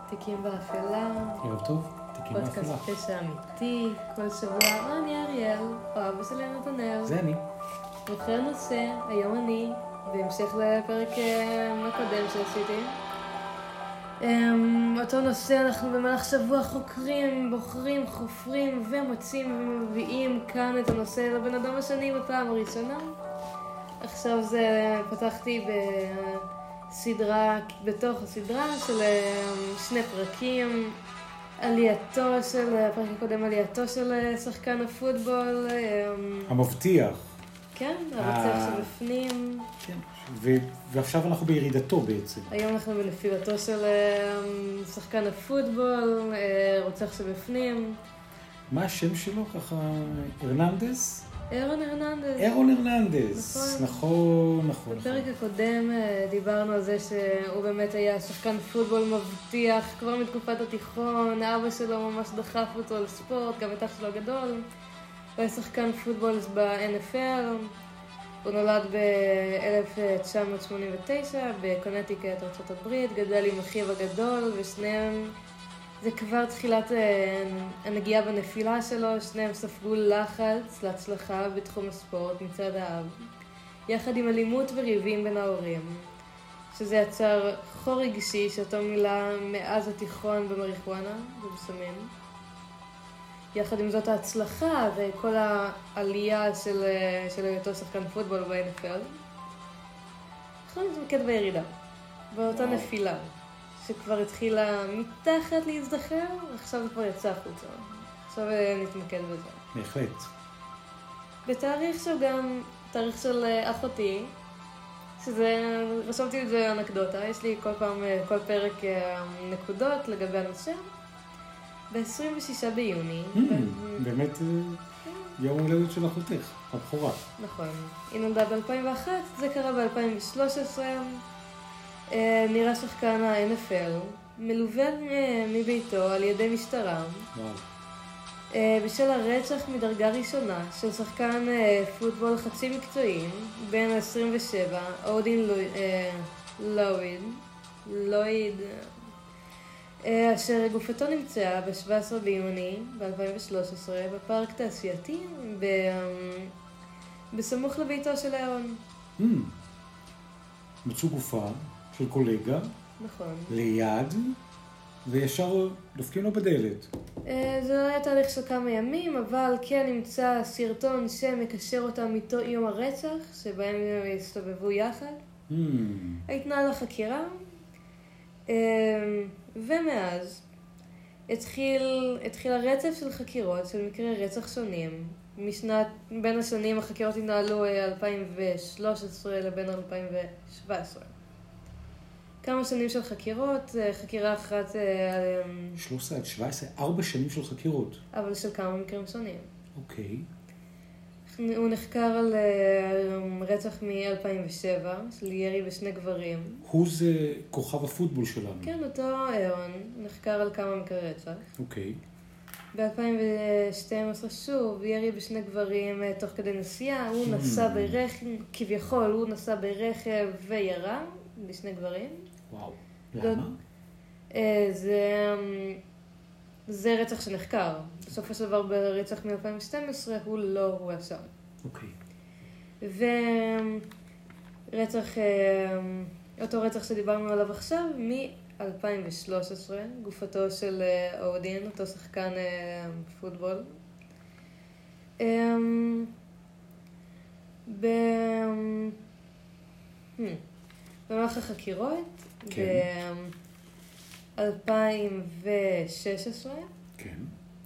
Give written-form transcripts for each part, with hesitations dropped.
תיקים באפלה. ערב טוב, תיקים באפלה. פודקאסט פשע אמיתי, כל שבוע אני אריאל, או אבא שלי נתנאל. זה אני. בוחר נושא, היום אני, בהמשך לפרק הקודם שעשיתי. אותו נושא אנחנו במהלך שבוע חוקרים, בוחרים, חופרים ומוצאים ומביאים כאן את הנושא לבן אדם השני בפעם הראשונה. עכשיו פתחתי בסדרה, בתוך הסדרה של שני פרקים, הפרק הקודם עלייתו של שחקן הפוטבול. המבטיח. כן, הרוצח שבפנים. כן, ועכשיו אנחנו בירידתו בעצם. היום אנחנו בנפילתו של שחקן הפוטבול, רוצח שבפנים. מה השם שלו ככה? הרננדז? אירון הרננדז. אירון הרננדז. נכון. בפרק הקודם דיברנו על זה שהוא באמת היה שחקן פוטבול מבטיח כבר מתקופת התיכון, אבא שלו ממש דחף אותו לספורט, גם את אח שלו הגדול. הוא היה שחקן פוטבול ב-NFL, הוא נולד ב-1989 בקונטיקט, ארצות הברית, גדל עם אחיו הגדול, ושניהם, זה כבר תחילת הנגיעה בנפילה שלו, שניהם ספגו לחץ להצלחה בתחום הספורט מצד האב, יחד עם אלימות וריבים בין ההורים, שזה יצר חור רגשי שאותו מילה מאז התיכון במריחואנה ובסמים. יחד עם זאת ההצלחה וכל העלייה של אותו שחקן פוטבול ב-NFL, אנחנו נתמקד בירידה, באותה נפילה, שכבר התחילה מתחת להזדחר, עכשיו כבר יצא החוצה. עכשיו נתמקד בזה. בהחלט. בתאריך שהוא גם תאריך של אחותי, שזה, רשמתי את זה אנקדוטה, יש לי כל פרק נקודות לגבי הנושא. ב-26 ביוני. באמת יום הולדת של אחותך, הבכורה. נכון. היא נולדה ב-2001, זה קרה ב-2013. נראה שחקן ה-NFL, מלווה מביתו על ידי משטרה. בשל הרצח מדרגה ראשונה של שחקן פוטבול חצי מקצועי, בן 27, אודין לויד, אשר גופתו נמצאה ב-17 ביוני ב-2013 בפארק תעשייתי בסמוך לביתו של אירון. מצאו גופה של קולגה, נכון. ליד, וישר דופקים לו בדלת. זה לא היה תהליך של כמה ימים, אבל כן נמצא סרטון שמקשר אותם איתו יום הרצח, שבהם הם הסתובבו יחד. התנהלה חקירה. ומאז התחיל הרצף של חקירות של מקרי רצח שונים. בין השנים החקירות התנהלו 2013 לבין 2017. כמה שנים של חקירות, חקירה אחת... 13 עד 17, 4 שנים של חקירות. אבל של כמה מקרים שונים. אוקיי. הוא נחקר על רצח מ-2007, של ירי בשני גברים. הוא זה כוכב הפוטבול שלנו. כן, אותו אירון נחקר על כמה מקרי רצח. אוקיי. ב-2012 שוב, ירי בשני גברים תוך כדי נסיעה, הוא נסע ברכב, כביכול הוא נסע ברכב וירה בשני גברים. וואו, למה? זה רצח שנחקר. בסופו של דבר ברצח מ-2012 הוא לא הואשם. אוקיי. אותו רצח שדיברנו עליו עכשיו, מ-2013, גופתו של אודין, אותו שחקן פוטבול. במהלך החקירות, ב-2016, כן.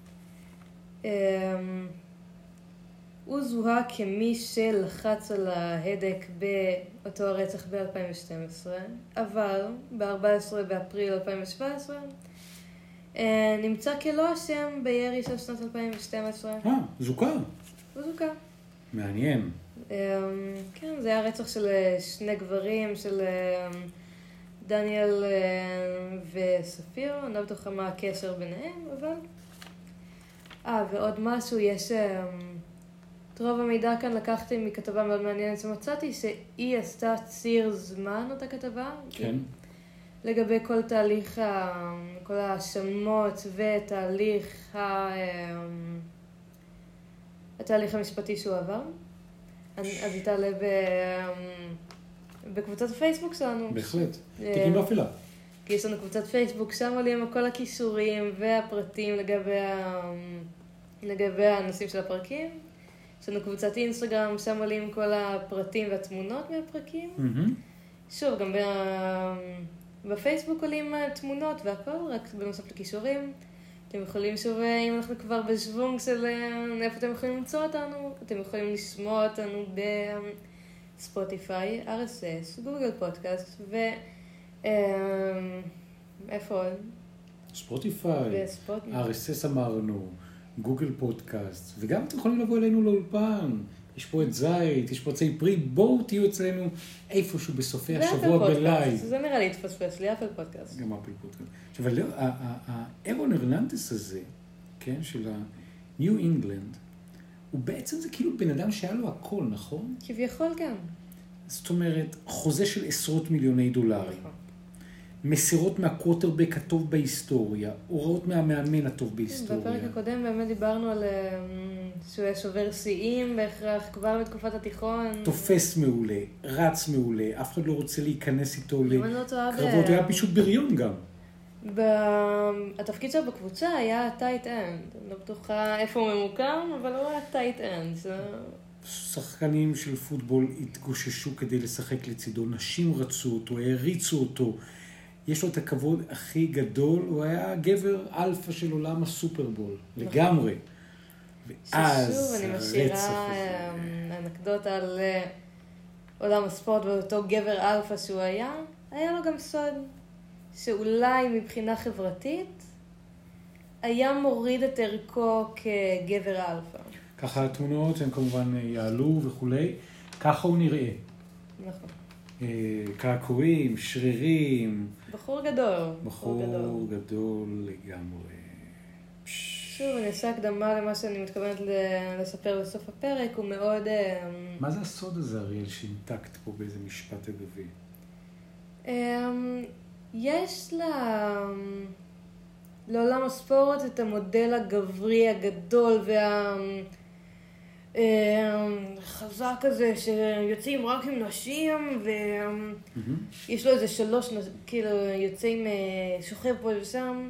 הוא זוהה כמי שלחץ על ההדק באותו הרצח ב-2012, אבל ב-14 באפריל 2017 נמצא כלא אשם בירי של שנת 2012. זוכה. הוא זוכה. מעניין. כן, זה היה רצח של שני גברים, של דניאל וספיר, אני לא בטוחה מה הקשר ביניהם, אבל... ועוד משהו, יש... את רוב המידע כאן לקחתי מכתבה מאוד מעניינת שמצאתי, שהיא עשתה ציר זמן, אותה כתבה. כן. לגבי כל תהליך, כל ההאשמות ותהליך התהליך המשפטי שהוא עבר. אז היא תעלה בקבוצת הפייסבוק שלנו. בהחלט. תיקים באפלה. כי יש לנו קבוצת פייסבוק, שם עולים כל הכישורים והפרטים לגבי הנושאים של הפרקים. יש לנו קבוצת אינסטגרם, שם עולים כל הפרטים והתמונות מהפרקים. שוב, גם בפייסבוק עולים תמונות והכל, רק בנוסף לכישורים. אתם יכולים שוב, אם אנחנו כבר בשוונג של איפה אתם יכולים למצוא אותנו, אתם יכולים לשמוע אותנו בספוטיפיי, RSS, גוגל פודקאסט איפה עוד? ספוטיפיי, RSS אמרנו, גוגל פודקאסט, וגם אתם יכולים לבוא אלינו לאולפן. יש פה את זית, יש פה עצי פרי, בואו תהיו אצלנו איפשהו בסופי השבוע בלייב. זה נראה לי התפספס לי, אפל פודקאסט. גם אפל פודקאסט. עכשיו, האירון הרננדס הזה, כן, של ה-New England, הוא בעצם זה כאילו בן אדם שהיה לו הכל, נכון? כביכול גם. זאת אומרת, חוזה של עשרות מיליוני דולרים. נכון. מסירות מהקווטרבק הטוב בהיסטוריה, הוראות מהמאמן הטוב בהיסטוריה. בפרק הקודם באמת דיברנו על שהוא היה שובר שיאים בהכרח כבר בתקופת התיכון. תופס מעולה, רץ מעולה, אף אחד לא רוצה להיכנס איתו לקרבות, הוא היה פשוט בריון גם. התפקיד שלו בקבוצה היה טייט אנד. אני לא בטוחה איפה הוא ממוקם, אבל הוא היה טייט אנד. שחקנים של פוטבול התגוששו כדי לשחק לצידו, נשים רצו אותו, העריצו אותו. יש לו את הכבוד הכי גדול, הוא היה גבר אלפא של עולם הסופרבול, לגמרי. ששוב, אני משאירה אנקדוטה על עולם הספורט ואותו גבר אלפא שהוא היה לו גם סוד שאולי מבחינה חברתית היה מוריד את ערכו כגבר אלפא. ככה התמונות הם כמובן יעלו וכולי, ככה הוא נראה. נכון. קעקועים, שרירים. בחור גדול. בחור גדול לגמרי. שוב, אני אעשה הקדמה למה שאני מתכוונת לספר בסוף הפרק, הוא מאוד... מה זה הסוד הזה, אריאל, שהמתקת פה באיזה משפט אגבי? יש לעולם הספורט את המודל הגברי הגדול חזק כזה שיוצאים רק עם נשים ויש לו איזה 3 כאילו יוצאים שוכב פה ושם.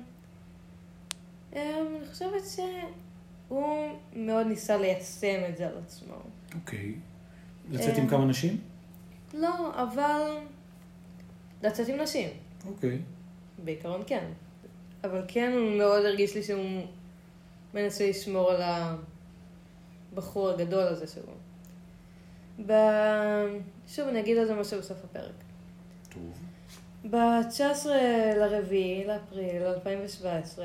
אני חושבת שהוא מאוד ניסה ליישם את זה על עצמו. אוקיי. לצאת עם כמה נשים? לא, אבל לצאת עם נשים. אוקיי. בעיקרון כן. אבל כן הוא מאוד הרגיש לי שהוא מנסה לשמור על הבחור הגדול הזה שלו. שוב, אני אגיד על זה משהו בסוף הפרק. טוב. ב-19 לאפריל 2017,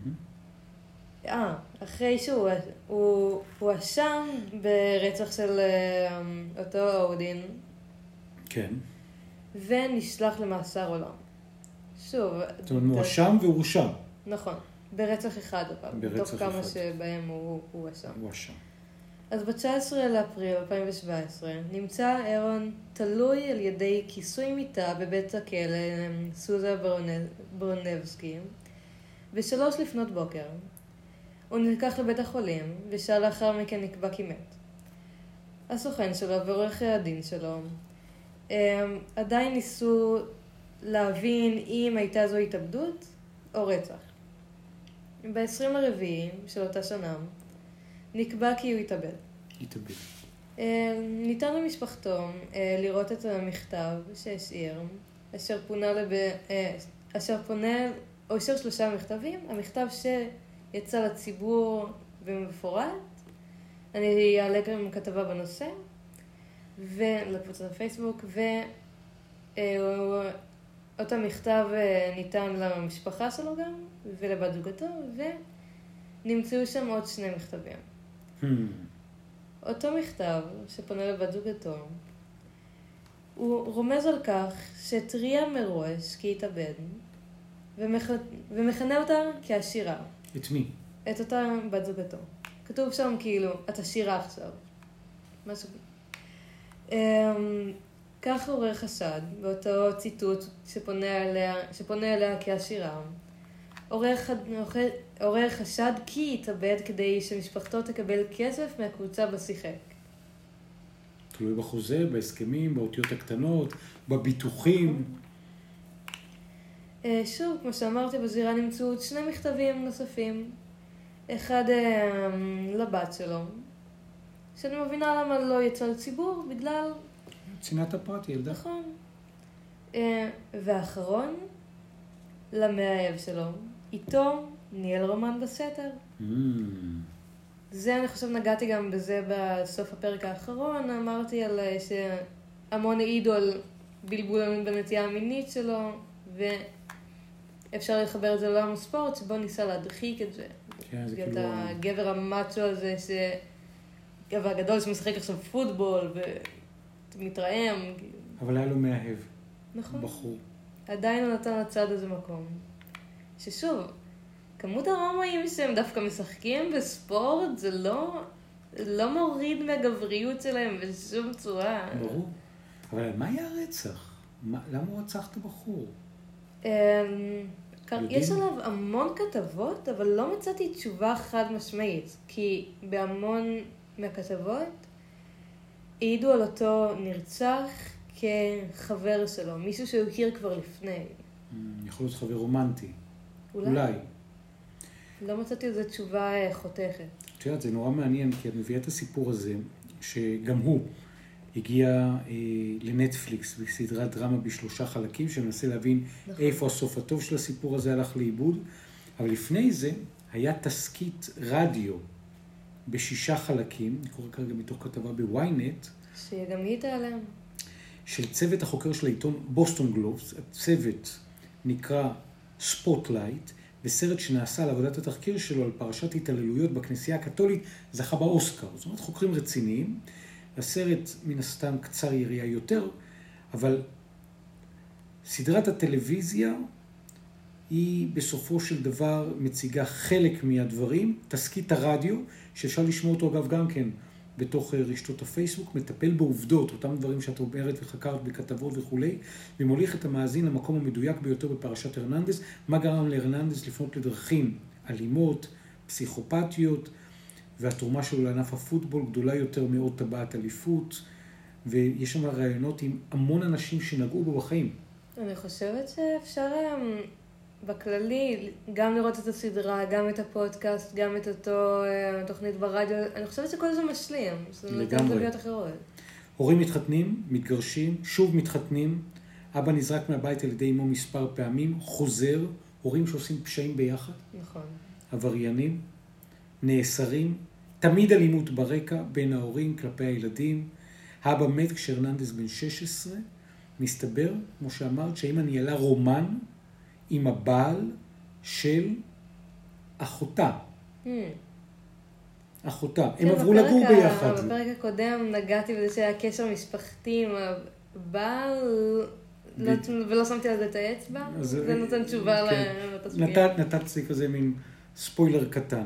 אחרי שהוא הואשם ברצח של אותו אודין. כן. ונשלח למאסר עולם. שוב. זאת אומרת, מואשם והורשע. נכון. ברצח אחד, אבל. ברצח תוך כמה אחד. שבהם הוא הואשם. הואשם. אז ב-19 לאפריל 2017 נמצא אירון תלוי על ידי כיסוי מיטה בבית הכלא סוזה ברונבסקי ב-3 לפנות בוקר. הוא נלקח לבית החולים ושעה לאחר מכן נקבע כי מת. הסוכן שלו ועורך הדין שלו עדיין ניסו להבין אם הייתה זו התאבדות או רצח. ב-20 לרביעי של אותה שנה נקבע כי הוא התאבד. התאבד. ניתן למשפחתו לראות את המכתב שהשאיר, אשר השאיר 3 מכתבים, המכתב שיצא לציבור במפורט, אני אעלה גם כתבה בנושא, ולקבוצת הפייסבוק, ואותו מכתב ניתן למשפחה שלו גם, ולבת זוגתו, ונמצאו שם עוד 2 מכתבים. אותו מכתב שפונה לבת זוגתו, הוא רומז על כך שטריה מראש כי התאבד, ומכנה אותה כעשירה. את מי? את אותה בת זוגתו. כתוב שם כאילו, את עשירה עכשיו. משהו. כך עורר חשד, באותו ציטוט שפונה אליה כעשירה. עורר חשד כי יתאבד כדי שמשפחתו תקבל כסף מהקבוצה בשיחק. תלוי בחוזה, בהסכמים, באותיות הקטנות, בביטוחים. שוב, כמו שאמרתי, בזירה נמצאו עוד 2 מכתבים נוספים. אחד לבת שלו, שאני מבינה למה לא יצא לציבור, בגלל... צנעת הפרט, ילדה. נכון. והאחרון, למאהב שלו. איתו ניהל רומן בסתר. זה, אני חושב, נגעתי גם בזה בסוף הפרק האחרון. אמרתי על שהמון העידו על בלבול בנטייה המינית שלו, ואפשר לחבר את זה לעולם הספורט, שבו ניסה להדחיק את זה. כן, זה כאילו... את הגבר המאצ'ו הזה, גבר הגדול שמשחק עכשיו פוטבול ומתרעם. אבל היה לו מאהב. נכון. בחור. עדיין הוא נתן לצד הזה מקום. ששוב, כמות הרומאים שהם דווקא משחקים בספורט, זה לא מוריד מהגבריות שלהם בשום צורה. ברור. אבל על מה היה הרצח? למה הוא רצח את הבחור? יש עליו המון כתבות, אבל לא מצאתי תשובה חד משמעית. כי בהמון מהכתבות העידו על אותו נרצח כחבר שלו, מישהו שהוא הכיר כבר לפני. יכול להיות חבר רומנטי. אולי. לא מצאתי איזו תשובה חותכת. את יודעת, זה נורא מעניין, כי את מביאה את הסיפור הזה, שגם הוא הגיע לנטפליקס בסדרת דרמה ב3 חלקים, שמנסה להבין נכון. איפה הסוף הטוב של הסיפור הזה הלך לאיבוד. אבל לפני זה היה תסקית רדיו ב6 חלקים, אני קורא כרגע מתוך כתבה בוויינט. שגם היא תעלם. של צוות החוקר של העיתון בוסטון גלובס. הצוות נקרא ספוטלייט, וסרט שנעשה על עבודת התחקיר שלו על פרשת התעללויות בכנסייה הקתולית, זכה באוסקר. זאת אומרת, חוקרים רציניים. הסרט מן הסתם קצר יריעה יותר, אבל סדרת הטלוויזיה היא בסופו של דבר מציגה חלק מהדברים. תסקית הרדיו, שאפשר לשמוע אותו אגב גם כן בתוך רשתות הפייסבוק, מטפל בעובדות, אותם דברים שאת אומרת וחקרת בכתבות וכו', ומוליך את המאזין למקום המדויק ביותר בפרשת הרננדס, מה גרם להרננדס לפנות לדרכים אלימות, פסיכופתיות, והתרומה שלו לענף הפוטבול גדולה יותר מעוד טבעת אליפות, ויש שם רעיונות עם המון אנשים שנגעו בו בחיים. אני חושבת שאפשר בכללי גם לראות את הסדרה, גם את הפודקאסט, גם את אותו תוכנית ברדיו. אני חושבת שכל זה משלים. לגמרי. הורים מתחתנים, מתגרשים, שוב מתחתנים, אבא נזרק מהבית על ידי אמו מספר פעמים, חוזר, הורים שעושים פשעים ביחד. נכון. עבריינים, נאסרים, תמיד אלימות ברקע בין ההורים כלפי הילדים. האבא מת כשהרננדס בן 16, מסתבר, כמו שאמרת, שהאמא ניהלה רומן עם הבעל של אחותה. אחותה. הם עברו לגור ביחד. בפרק הקודם נגעתי בזה שהיה קשר משפחתי עם הבעל, ולא שמתי על זה את האצבע. זה נותן תשובה לתסביר. נתתי כזה מין ספוילר קטן.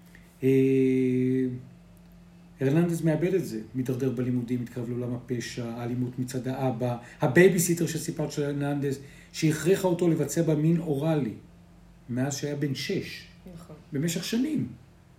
הרננדס מאבד את זה, מתדרדר בלימודים, מתקרב לעולם הפשע, האלימות מצד האבא, הבייביסיטר שסיפרת של הרננדס, שהכריחה אותו לבצע במין אוראלי, מאז שהיה בן 6. נכון. במשך שנים.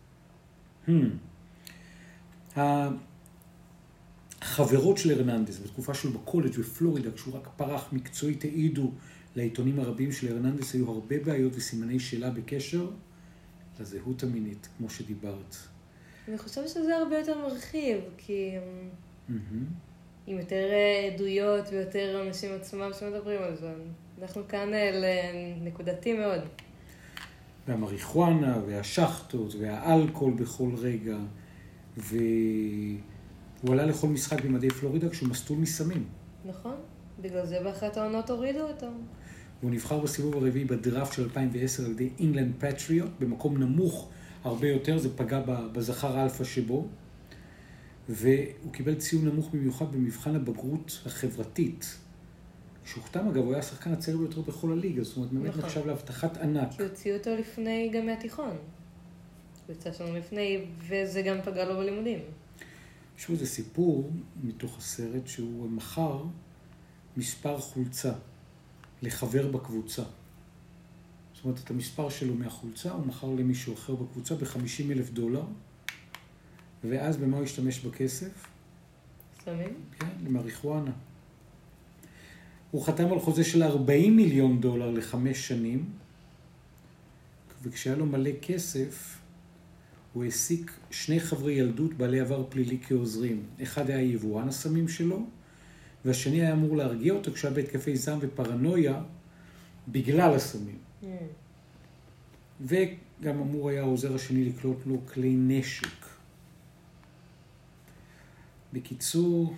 החברות של הרננדס, בתקופה שלו בקולג' בפלורידה, כשהוא רק פרח מקצועית, העידו לעיתונים הרבים של הרננדס, היו הרבה בעיות וסימני שאלה בקשר לזהות המינית, כמו שדיברת. אני חושבת שזה הרבה יותר מרחיב, כי עם יותר עדויות ויותר אנשים עצמם שמדברים על זה. אנחנו כאן לנקודתי מאוד. והמריחואנה והשחטות והאלכוהול בכל רגע. והוא עלה לכל משחק במדי פלורידה כשהוא מסטול מסמים. נכון, בגלל זה באחת העונות הורידו אותו. והוא נבחר בסיבוב הרביעי בדראפט של 2010 על ידי אינגלנד פטריוט, במקום נמוך הרבה יותר, זה פגע בזכר אלפא שבו, והוא קיבל ציון נמוך במיוחד במבחן הבגרות החברתית. כשהוא חתם, אגב, הוא היה השחקן הצעיר ביותר בכל הליגה, זאת אומרת, באמת נחשב להבטחת ענק. כי הוציאו אותו לפני גם מהתיכון. הוא יצא שלנו לפני, וזה גם פגע לו בלימודים. שוב, זה סיפור מתוך הסרט שהוא מכר מספר חולצה לחבר בקבוצה. זאת אומרת, את המספר שלו מהחולצה הוא מכר למישהו אחר בקבוצה $50,000, ואז במה הוא השתמש בכסף? סמים? כן, למריחואנה. הוא חתם על חוזה של $40 מיליון ל5 שנים, וכשהיה לו מלא כסף, הוא העסיק 2 חברי ילדות בעלי עבר פלילי כעוזרים. אחד היה יבואן הסמים שלו, והשני היה אמור להרגיע אותו כשהיה בהתקפי זעם ופרנויה בגלל הסמים. וגם אמור היה העוזר השני לקלוט לו כלי נשק. בקיצור,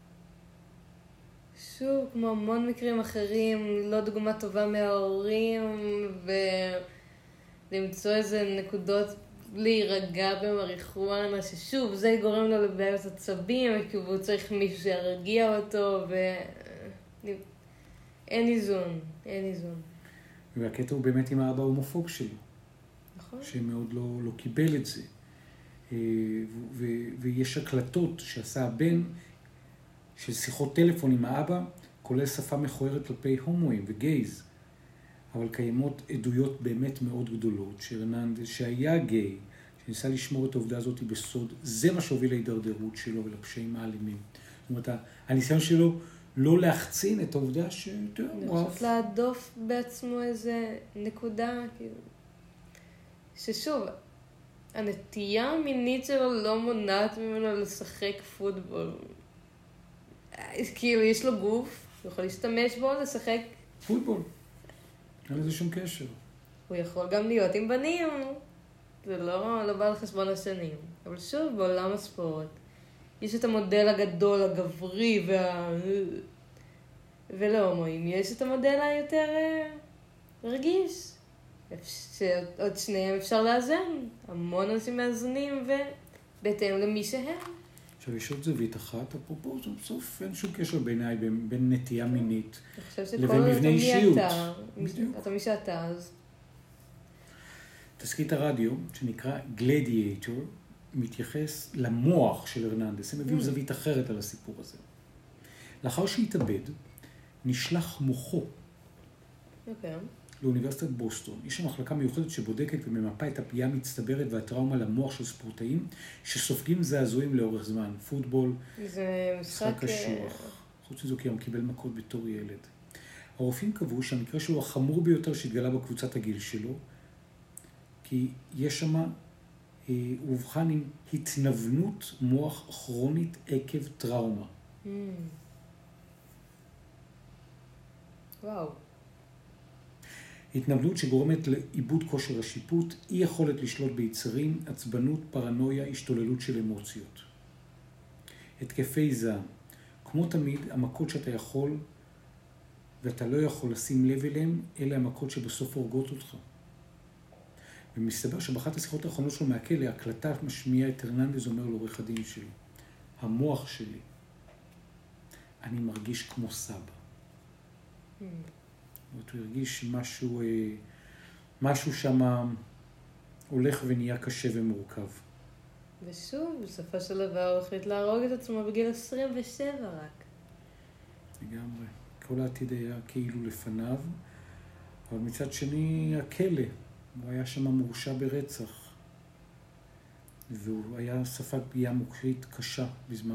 שוב, כמו המון מקרים אחרים, לא דוגמה טובה מההורים, ולמצוא איזה נקודות להירגע במריחואנה, ששוב, זה גורם לו לבעיות עצבים, כי הוא צריך מישהו שירגיע אותו, אין איזון, אין איזון. והקטע הוא באמת עם האבא ההומופוב שלו. נכון. שמאוד לא קיבל את זה. ויש הקלטות שעשה הבן של שיחות טלפון עם האבא, כולל שפה מכוערת כלפי הומואים וגייז. אבל קיימות עדויות באמת מאוד גדולות, שהרננדז, שהיה גיי, שניסה לשמור את העובדה הזאת בסוד, זה מה שהוביל להידרדרות שלו ולפשעים האלימים. זאת אומרת, הניסיון שלו לא להחצין את העובדה שיותר אני חושבת להדוף בעצמו איזה נקודה, כאילו, ששוב, הנטייה המינית שלו לא מונעת ממנו לשחק פוטבול. כאילו, יש לו גוף, הוא יכול להשתמש בו, לשחק פוטבול. אין לזה שום קשר. הוא יכול גם להיות עם בנים. זה לא בא על חשבון השנים. אבל שוב, בעולם הספורט, יש את המודל הגדול, הגברי ולהומואים. יש את המודל היותר רגיש. שעוד שניהם אפשר לאזן. המון אנשים מאזנים ובהתאם למי שהם. עכשיו, יש עוד זווית אחת, אפרופו, בסוף אין שום קשר בעיניי בין נטייה מינית לבין מבנה אישיות. אתה מי שאתה, אז... תסקית הרדיו, שנקרא גלדיאטור, מתייחס למוח של הרננדס. הם הביאו זווית אחרת על הסיפור הזה. לאחר שהתאבד, נשלח מוחו לאוניברסיטת בוסטון. יש שם מחלקה מיוחדת שבודקת וממפה את הפגיעה המצטברת והטראומה למוח של ספורטאים שסופגים זעזועים לאורך זמן. פוטבול, זה משחק קשוח. חוץ מזו כי הוא קיבל מכות בתור ילד. הרופאים קבעו שהמקרה שלו החמור ביותר שהתגלה בקבוצת הגיל שלו, כי יש שם, הוא אובחן עם התנוונות מוח כרונית עקב טראומה. וואו. התנוונות שגורמת לאיבוד כושר השיפוט, אי יכולת לשלוט ביצרים, עצבנות, פרנויה, השתוללות של אמוציות. התקפי זעם. כמו תמיד, המכות שאתה יכול ואתה לא יכול לשים לב אליהם, אלה המכות שבסוף הורגות אותך. ומסתבר שבאחת השיחות האחרונות שלו מהכלא, הקלטה משמיע את הרננדז אומר לעורך הדין שלי, המוח שלי, אני מרגיש כמו סבא. הוא הרגיש משהו שם הולך ונהיה קשה ומורכב. ושוב, בסופו של דבר הוא החליט להרוג את עצמו בגיל 27 רק. לגמרי. כל העתיד היה כאילו לפניו, אבל מצד שני הכלא, הוא היה שם מורשע ברצח. והוא היה ספג פגיעה מוחית קשה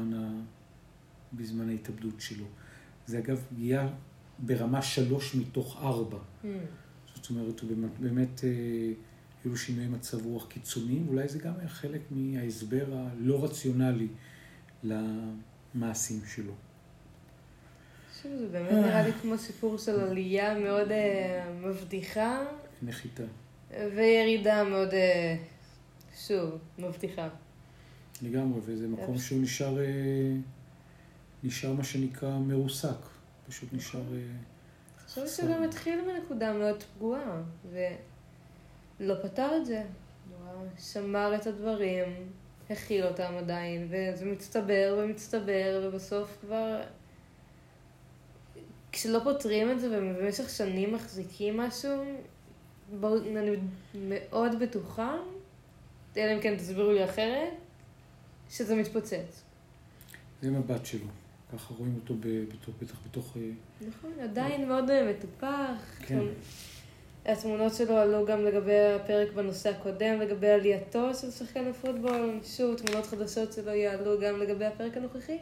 בזמן ההתאבדות שלו. זה אגב פגיעה ברמה 3 מתוך 4. זאת אומרת, הוא באמת היו שינוי מצב רוח קיצוניים, אולי זה גם היה חלק מההסבר הלא רציונלי למעשים שלו. שוב, זה באמת נראה לי כמו סיפור של עלייה מאוד מבטיחה. נחיתה. וירידה מאוד, שוב, מבטיחה. לגמרי, וזה מקום שהוא נשאר מה שנקרא מרוסק. פשוט נשאר... חשבתי שגם התחיל בנקודה מאוד פגועה, ולא פתר את זה. הוא שמר את הדברים, הכיל אותם עדיין, וזה מצטבר ומצטבר, ובסוף כבר... כשלא פותרים את זה ובמשך שנים מחזיקים משהו, אני מאוד בטוחה, אלא אם כן תסבירו לי אחרת, שזה מתפוצץ. זה מבט שלו. ככה רואים אותו בטח בתוך... נכון, עדיין מאוד מטופח. כן. התמונות שלו עלו גם לגבי הפרק בנושא הקודם, לגבי עלייתו של שחקן הפוטבול. שוב, תמונות חדשות שלו יעלו גם לגבי הפרק הנוכחי.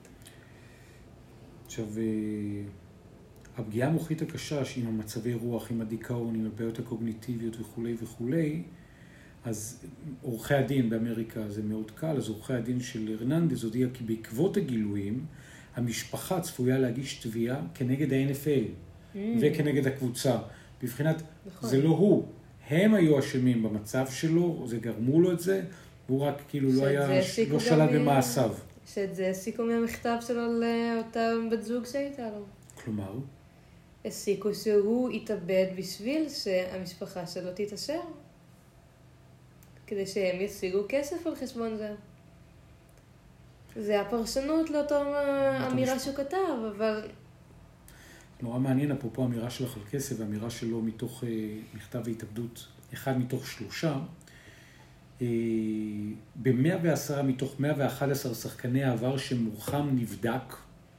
עכשיו, הפגיעה המוחית הקשה, עם המצבי רוח, עם הדיכאון, עם הבעיות הקוגניטיביות וכו', אז עורכי הדין באמריקה זה מאוד קל, אז עורכי הדין של הרננדז הודיע כי בעקבות הגילויים, המשפחה צפויה להגיש תביעה כנגד ה-NFL וכנגד הקבוצה. בבחינת, נכון. זה לא הוא, הם היו אשמים במצב שלו, זה גרמו לו את זה, והוא רק כאילו לא שלט במעשיו. שאת זה הסיקו מהמכתב שלו לאותה בת זוג שהייתה לו. כלומר? הסיקו שהוא יתאבד בשביל שהמשפחה שלו תתאשר. כדי שהם ישיגו כסף על חשבון זה. זה הפרשנות לאותו אמירה שהוא כתב, אבל... נורא מעניין, אפרופו אמירה שלך על כסף, והאמירה שלו מתוך מכתב ההתאבדות, 1 מתוך 3, ב-110 מתוך 111 שחקני העבר שמורחם נבדק,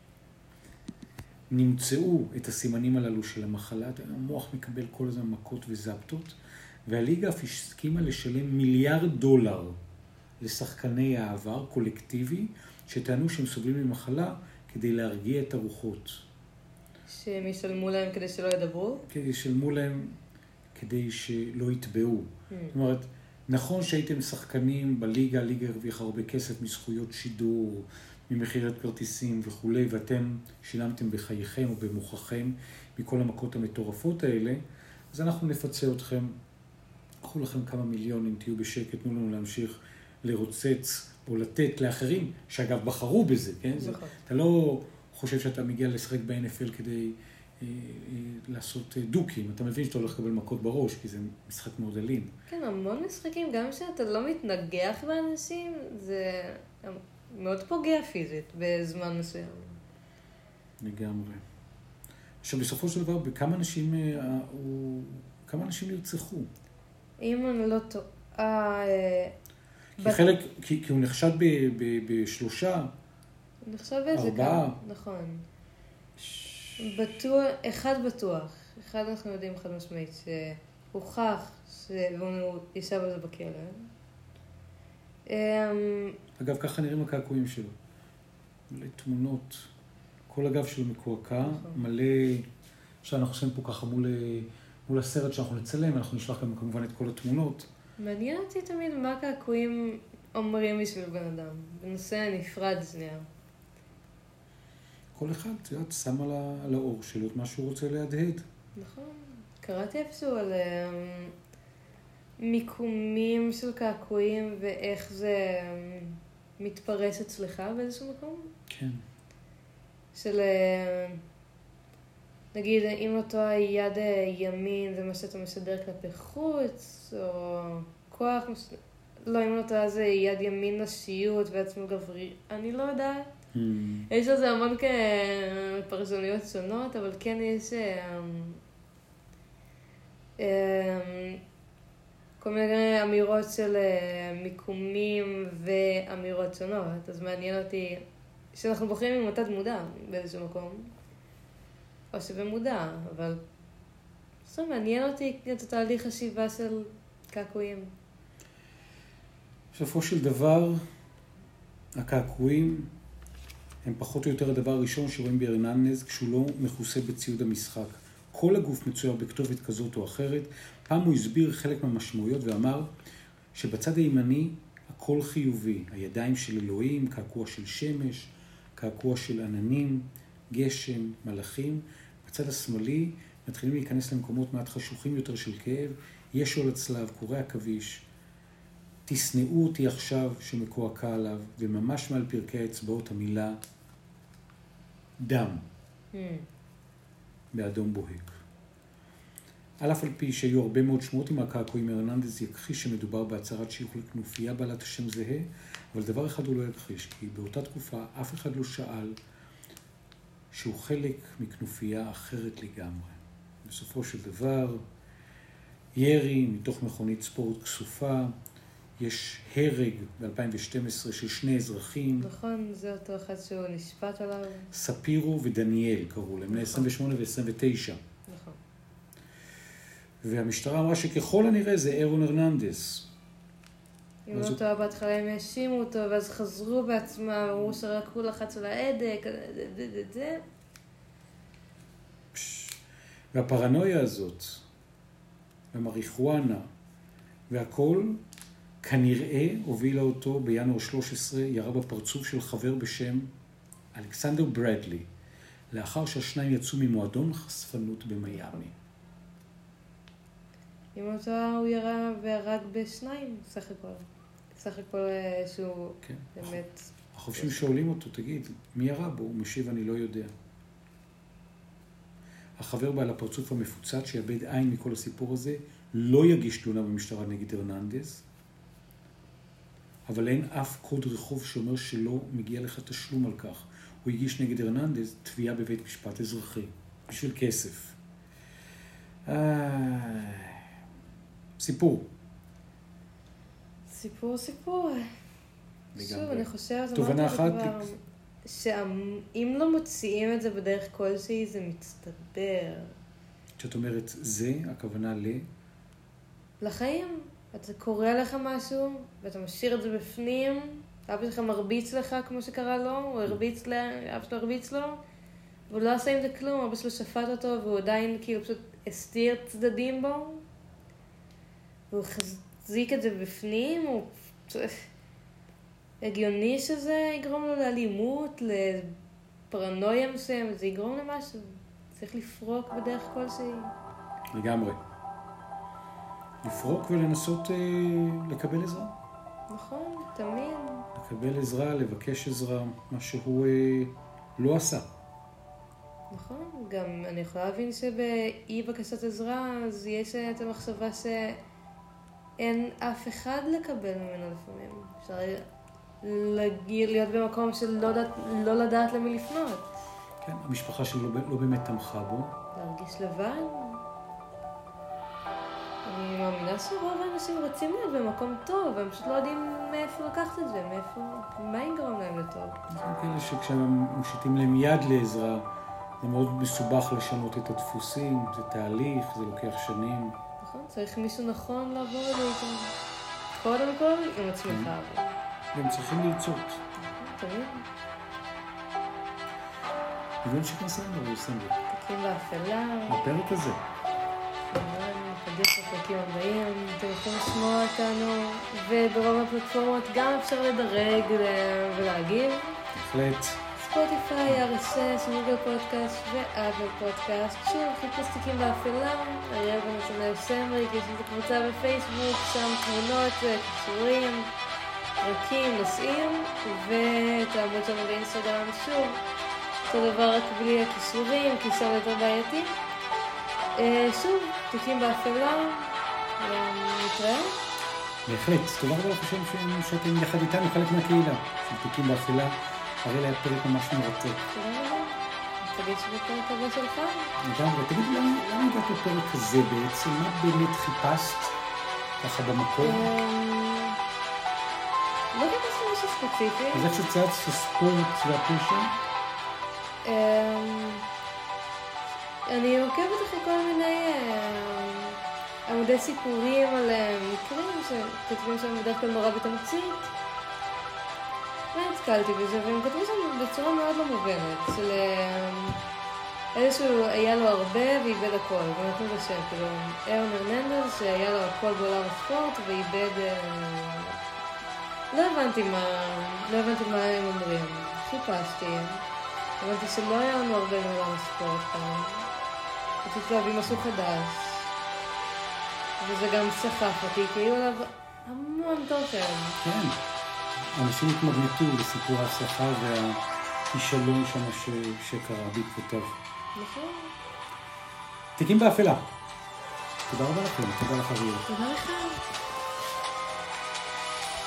נמצאו את הסימנים הללו של המחלה, המוח מקבל כל הזמן מכות וזפטות, והליגה אף הסכימה לשלם $1 מיליארד לשחקני העבר, קולקטיבי, שטענו שהם סובלים ממחלה כדי להרגיע את הרוחות. שהם ישלמו להם כדי שלא ידברו? ישלמו להם כדי שלא יתבעו. זאת אומרת, נכון שהייתם שחקנים בליגה, הליגה הרוויחה הרבה כסף מזכויות שידור, ממחירת כרטיסים וכו', ואתם שילמתם בחייכם או במוחכם מכל המכות המטורפות האלה, אז אנחנו נפצה אתכם, קחו לכם כמה מיליונים, תהיו בשקט, תנו לנו להמשיך לרוצץ או לתת לאחרים, שאגב בחרו בזה, כן? נכון. אתה לא חושב שאתה מגיע לשחק ב-NFL כדי לעשות דוקים, אתה מבין שאתה הולך לקבל מכות בראש, כי זה משחק מאוד אלים. כן, המון משחקים, גם שאתה לא מתנגח באנשים, זה מאוד פוגע פיזית בזמן מסוים. לגמרי. עכשיו, בסופו של דבר, כמה אנשים נרצחו? אם אני לא טועה... כי הוא נחשד בשלושה, הוא נחשד באיזה 4. נכון. בטוח, אחד אנחנו יודעים חד משמעית, שהוכח שהוא ישב על זה בכלא. אגב, ככה נראים הקעקועים שלו. מלא תמונות, כל הגב שלו מקועקע, מלא... עכשיו אנחנו עושים פה ככה מול הסרט שאנחנו נצלם, אנחנו נשלח גם כמובן את כל התמונות. מעניין אותי תמיד מה הקעקועים אומרים בשביל בן אדם, בנושא נפרד שנייה. כל אחד, את יודעת, שם על האור שלו את מה שהוא רוצה להדהד. נכון. קראתי איפשהו על מיקומים של קעקועים ואיך זה מתפרש אצלך באיזשהו מקום. כן. של, נגיד, אם אותו יד ימין זה מה שאתה משדר כלפי חוץ, או כוח, לא, אם אותו זה יד ימין נשיות ועצמו גברי, אני לא יודעת. יש לזה המון פרשנויות שונות, אבל כן יש כל מיני אמירות של מיקומים ואמירות שונות. אז מעניין אותי שאנחנו בוחרים עם אותה מודע באיזשהו מקום, או שבמודע, אבל בסדר, מעניין אותי את התהליך חשיבה של קעקועים. בסופו של דבר, הקעקועים הם פחות או יותר הדבר הראשון שרואים בהרננדז כשהוא לא מכוסה בציוד המשחק. כל הגוף מצויר בכתובת כזאת או אחרת. פעם הוא הסביר חלק מהמשמעויות ואמר שבצד הימני הכל חיובי. הידיים של אלוהים, קעקוע של שמש, קעקוע של עננים, גשם, מלאכים. בצד השמאלי מתחילים להיכנס למקומות מעט חשוכים יותר של כאב. ישו על הצלב, קורא עכביש. תשנאו אותי עכשיו שמקועקע עליו, וממש מעל פרקי האצבעות המילה דם. באדום בוהק. על אף על פי שהיו הרבה מאוד שמות עם הקעקועים, הרננדז יכחיש שמדובר בהצהרת שייך לכנופיה בעלת השם זהה, אבל דבר אחד הוא לא יכחיש, כי באותה תקופה אף אחד לא שאל שהוא חלק מכנופיה אחרת לגמרי. בסופו של דבר, ירי מתוך מכונית ספורט כסופה, יש הרג ב-2012 של 2 אזרחים. נכון, זה אותו אחד שהוא נשפט עליו. ספירו ודניאל קראו להם, בני 28 ו-29. נכון. והמשטרה אמרה שככל הנראה זה אירון הרננדס. אם אותו בהתחלה הם האשימו אותו, ואז חזרו בעצמם, אמרו שרק הוא לחץ על ההדק, זה. והפרנויה הזאת, והמריחואנה, והכל כנראה הובילה אותו בינואר 13, ירה בפרצוף של חבר בשם אלכסנדר ברדלי, לאחר שהשניים יצאו ממועדון חשפנות במיימי. אם אותו הוא ירה והרג בשניים, סך הכל שהוא כן. באמת... החופשים שואלים אותו, תגיד, מי ירה בו? הוא משיב, אני לא יודע. החבר בעל הפרצוף המפוצץ שיאבד עין מכל הסיפור הזה, לא יגיש תלונה במשטרה נגד הרננדס, אבל אין אף קוד רחוב שאומר שלא מגיע לך תשלום על כך. הוא הגיש נגד הרננדס תביעה בבית משפט אזרחי, בשביל כסף. סיפור. שוב, אני חושבת... תובנה אחת... שאם לא מוציאים את זה בדרך כלשהי, זה מצטבר. כשאת אומרת זה, הכוונה לחיים. אתה קורא לך משהו, ואתה משאיר את זה בפנים, אבא שלך מרביץ לך, כמו שקרה לו, הוא הרביץ אבא שלו הרביץ לו, והוא לא עשה עם זה כלום, אבא שלו שפט אותו, והוא עדיין כאילו פשוט הסתיר צדדים בו, והוא חזיק את זה בפנים, הוא... הגיוני שזה יגרום לו לאלימות, לפרנויה מסוימת, זה יגרום למשהו. צריך לפרוק בדרך כלשהי. לגמרי. לפרוק ולנסות לקבל עזרה. נכון, תמיד. לקבל עזרה, לבקש עזרה, מה שהוא לא עשה. נכון, גם אני יכולה להבין שבאי בקשת עזרה, אז יש את המחשבה שאין אף אחד לקבל ממנו לפעמים. אפשר להיות במקום של לא לדעת למי לפנות. כן, המשפחה שלו לא באמת תמכה בו. להרגיש לבד. אני מאמינה שרוב האנשים רוצים להיות במקום טוב, והם פשוט לא יודעים מאיפה לקחת את זה, מה יגרום להם לטוב. זה כאלה שכשהם מושיטים להם יד לעזרה, זה מאוד מסובך לשנות את הדפוסים, זה תהליך, זה לוקח שנים. נכון, צריך מישהו נכון לעבור את זה איתם. קודם כל, עם עצמך. והם צריכים לרצות. תמיד. וזה שכנסנו, יוסנדר. תקים באפלה. בפרק הזה. נפגש בפרקים הבאים, אתם יכולים לשמוע אותנו, וברוב הפלטפורמות גם אפשר לדרג ולהגיב. בהחלט. ספוטיפיי, RSS, גוגל פודקאסט ואפל פודקאסט. שוב, חיפוש תיקים באפלה, אריאל ונתנאל סמריק, יש את הקבוצה בפייסבוק, שם תמונות, קישורים, פרקים, נושאים, ואת העמוד שלנו באינסטגרם, שוב, אותו דבר רק בלי הקישורים, כי שם יותר בעייתי. שוב, תיקים באפלה, נתראה. בהחלט, תודה רבה לכם שאתם יחד איתנו חלק מהקהילה של תיקים באפלה. הרי היה פרק ממש מרתק. תודה רבה. תגיד שבפרק הבא שלך. לגמרי, תגיד למה הגעת לפרק הזה בעצם? מה באמת חיפשת ככה במקום? לא חיפשתי משהו ספציפי. אז איך שצייץ שספורט והפשע? אני עוקבת אחרי כל מיני עמודי סיפורים על מקרים שכתבים שם בדרך כלל נורא בתמצית. והתקלתי בזה, והם כתבו שם בצורה מאוד לא מובנת, של איזשהו היה לו הרבה ואיבד הכל, ונתנו את השם, כאילו, אירון הרננדס שהיה לו הכל בעולם הספורט ואיבד... לא הבנתי מה הם אומרים. חיפשתי, הבנתי שלא היה לנו הרבה בעולם הספורט כאן. רציתי להביא משהו חדש, וזה גם סחף אותי, כי היו עליו המון תוכן. כן. אנשים התמגנטו לסיפור ההצלחה והכישלון שם שקרה בעקבותיו. נכון. תיקים באפלה. תודה רבה לכם, תודה לך אריאל. תודה לך.